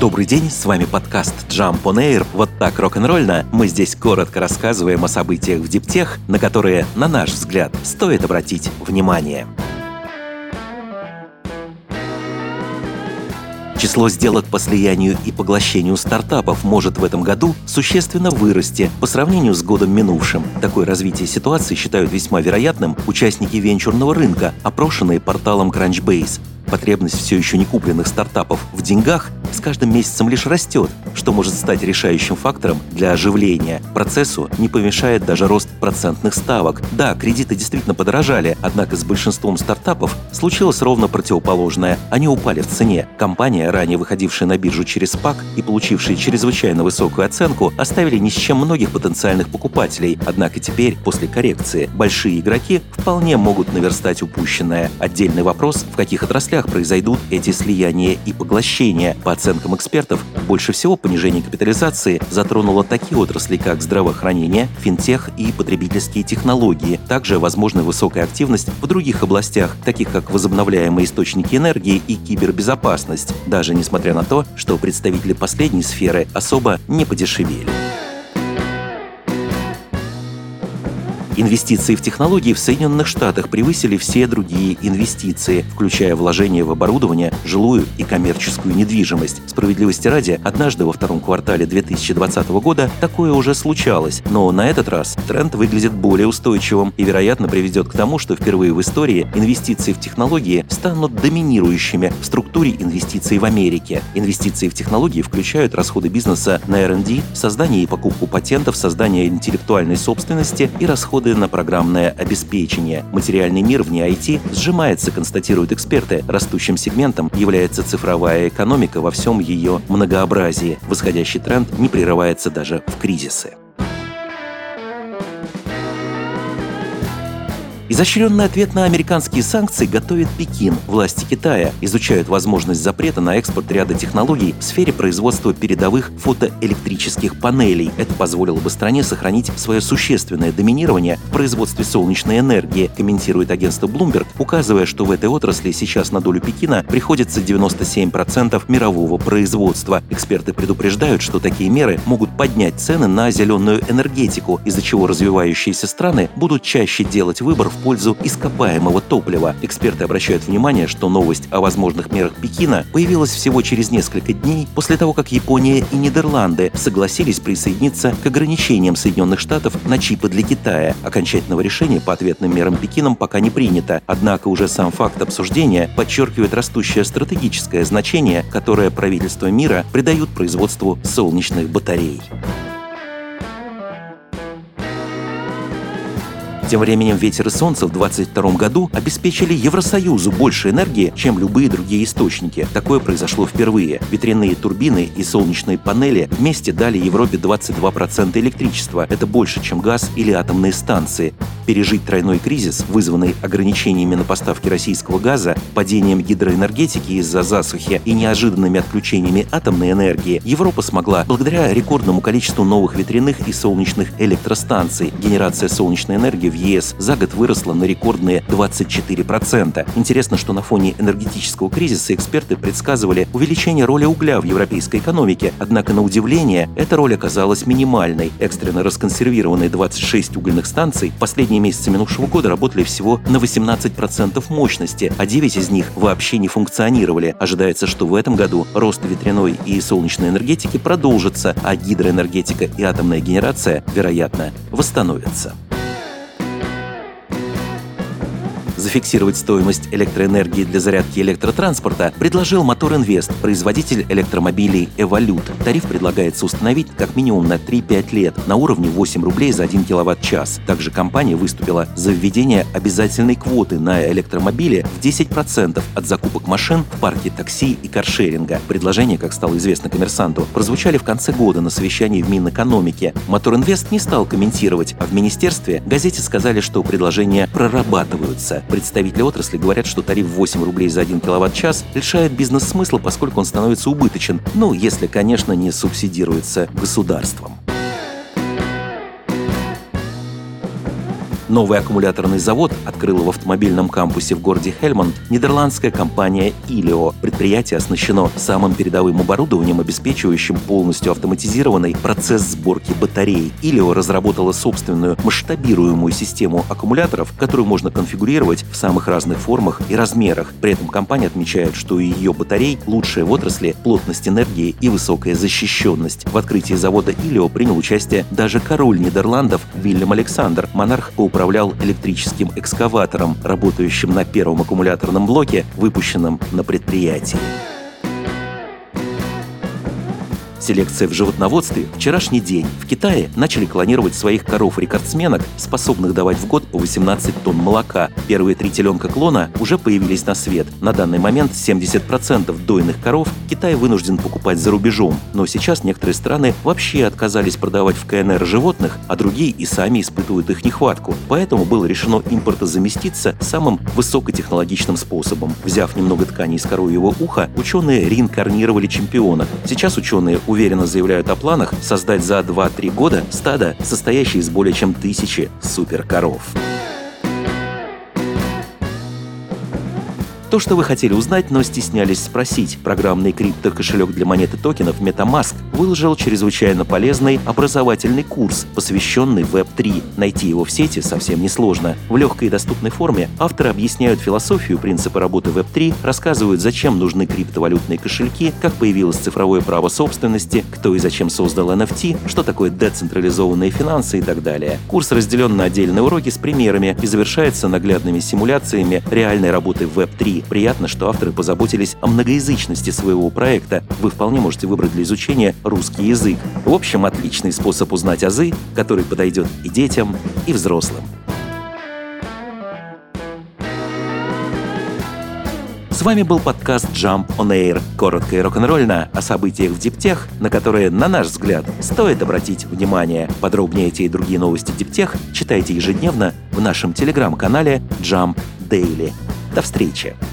Добрый день, с вами подкаст Jump on Air. Вот так рок-н-ролльно мы здесь коротко рассказываем о событиях в диптех, на которые, на наш взгляд, стоит обратить внимание. Число сделок по слиянию и поглощению стартапов может в этом году существенно вырасти по сравнению с годом минувшим. Такое развитие ситуации считают весьма вероятным участники венчурного рынка, опрошенные порталом Crunchbase. Потребность все еще не купленных стартапов в деньгах с каждым месяцем лишь растет, что может стать решающим фактором для оживления. Процессу не помешает даже рост процентных ставок. Да, кредиты действительно подорожали, однако с большинством стартапов случилось ровно противоположное. Они упали в цене. Компания, ранее выходившая на биржу через SPAC и получившая чрезвычайно высокую оценку, оставили ни с чем многих потенциальных покупателей. Однако теперь, после коррекции, большие игроки вполне могут наверстать упущенное. Отдельный вопрос, в каких отраслях произойдут эти слияния и поглощения. По оценкам экспертов, больше всего понижение капитализации затронуло такие отрасли, как здравоохранение, финтех и потребительские технологии. Также возможна высокая активность в других областях, таких как возобновляемые источники энергии и кибербезопасность, даже несмотря на то, что представители последней сферы особо не подешевели. Инвестиции в технологии в Соединенных Штатах превысили все другие инвестиции, включая вложения в оборудование, жилую и коммерческую недвижимость. Справедливости ради, однажды во втором квартале 2020 года такое уже случалось, но на этот раз тренд выглядит более устойчивым и, вероятно, приведет к тому, что впервые в истории инвестиции в технологии станут доминирующими в структуре инвестиций в Америке. Инвестиции в технологии включают расходы бизнеса на R&D, создание и покупку патентов, создание интеллектуальной собственности и расходы на программное обеспечение. Материальный мир вне IT сжимается, констатируют эксперты. Растущим сегментом является цифровая экономика во всем ее многообразии. Восходящий тренд не прерывается даже в кризисы. Изощренный ответ на американские санкции готовит Пекин. Власти Китая изучают возможность запрета на экспорт ряда технологий в сфере производства передовых фотоэлектрических панелей. Это позволило бы стране сохранить свое существенное доминирование в производстве солнечной энергии, комментирует агентство Bloomberg, указывая, что в этой отрасли сейчас на долю Пекина приходится 97% мирового производства. Эксперты предупреждают, что такие меры могут поднять цены на зеленую энергетику, из-за чего развивающиеся страны будут чаще делать выбор в пользу ископаемого топлива. Эксперты обращают внимание, что новость о возможных мерах Пекина появилась всего через несколько дней после того, как Япония и Нидерланды согласились присоединиться к ограничениям Соединенных Штатов на чипы для Китая. Окончательного решения по ответным мерам Пекином пока не принято, однако уже сам факт обсуждения подчеркивает растущее стратегическое значение, которое правительства мира придают производству солнечных батарей. Тем временем ветер и солнце в 2022 году обеспечили Евросоюзу больше энергии, чем любые другие источники. Такое произошло впервые. Ветряные турбины и солнечные панели вместе дали Европе 22% электричества. Это больше, чем газ или атомные станции. Пережить тройной кризис, вызванный ограничениями на поставки российского газа, падением гидроэнергетики из-за засухи и неожиданными отключениями атомной энергии, Европа смогла благодаря рекордному количеству новых ветряных и солнечных электростанций. Генерация солнечной энергии в ЕС за год выросла на рекордные 24%. Интересно, что на фоне энергетического кризиса эксперты предсказывали увеличение роли угля в европейской экономике, однако, на удивление, эта роль оказалась минимальной. Экстренно расконсервированные 26 угольных станций в последние месяцы минувшего года работали всего на 18% мощности, а 9 из них вообще не функционировали. Ожидается, что в этом году рост ветряной и солнечной энергетики продолжится, а гидроэнергетика и атомная генерация, вероятно, восстановятся. Зафиксировать стоимость электроэнергии для зарядки электротранспорта предложил Мотор Инвест, производитель электромобилей Evolute. Тариф предлагается установить как минимум на 3-5 лет на уровне 8 рублей за 1 киловатт-час. Также компания выступила за введение обязательной квоты на электромобили в 10% от закупок машин в парке такси и каршеринга. Предложения, как стало известно «Коммерсанту», прозвучали в конце года на совещании в Минэкономике. Мотор Инвест не стал комментировать, а в министерстве газете сказали, что предложения прорабатываются. Представители отрасли говорят, что тариф 8 рублей за 1 киловатт-час лишает бизнес-смысла, поскольку он становится убыточен, если, конечно, не субсидируется государством. Новый аккумуляторный завод открыла в автомобильном кампусе в городе Хельмонд нидерландская компания Ilio. Предприятие оснащено самым передовым оборудованием, обеспечивающим полностью автоматизированный процесс сборки батарей. Ilio разработала собственную масштабируемую систему аккумуляторов, которую можно конфигурировать в самых разных формах и размерах. При этом компания отмечает, что у ее батарей лучшая в отрасли плотность энергии и высокая защищенность. В открытии завода Ilio принял участие даже король Нидерландов Вильям Александр. Монарх управлял электрическим экскаватором, работающим на первом аккумуляторном блоке, выпущенном на предприятии. Селекция в животноводстве. Вчерашний день. В Китае начали клонировать своих коров-рекордсменок, способных давать в год по 18 тонн молока. Первые 3 теленка клона уже появились на свет. На данный момент 70% дойных коров Китай вынужден покупать за рубежом. Но сейчас некоторые страны вообще отказались продавать в КНР животных, а другие и сами испытывают их нехватку. Поэтому было решено импортозаместиться самым высокотехнологичным способом. Взяв немного ткани из коровьего уха, ученые реинкарнировали чемпионок. Сейчас ученые уверенно заявляют о планах создать за 2-3 года стадо, состоящее из более чем 1000 суперкоров. То, что вы хотели узнать, но стеснялись спросить. Программный криптокошелек для монет и токенов MetaMask выложил чрезвычайно полезный образовательный курс, посвященный Web3. Найти его в сети совсем несложно. В легкой и доступной форме авторы объясняют философию, принципы работы Web3, рассказывают, зачем нужны криптовалютные кошельки, как появилось цифровое право собственности, кто и зачем создал NFT, что такое децентрализованные финансы и так далее. Курс разделен на отдельные уроки с примерами и завершается наглядными симуляциями реальной работы Web3. Приятно, что авторы позаботились о многоязычности своего проекта. Вы вполне можете выбрать для изучения русский язык. В общем, отличный способ узнать азы, который подойдет и детям, и взрослым. С вами был подкаст Jump on Air. Коротко и рок-н-ролльно о событиях в диптех, на которые, на наш взгляд, стоит обратить внимание. Подробнее эти и другие новости диптех читайте ежедневно в нашем телеграм-канале Jump Daily. До встречи!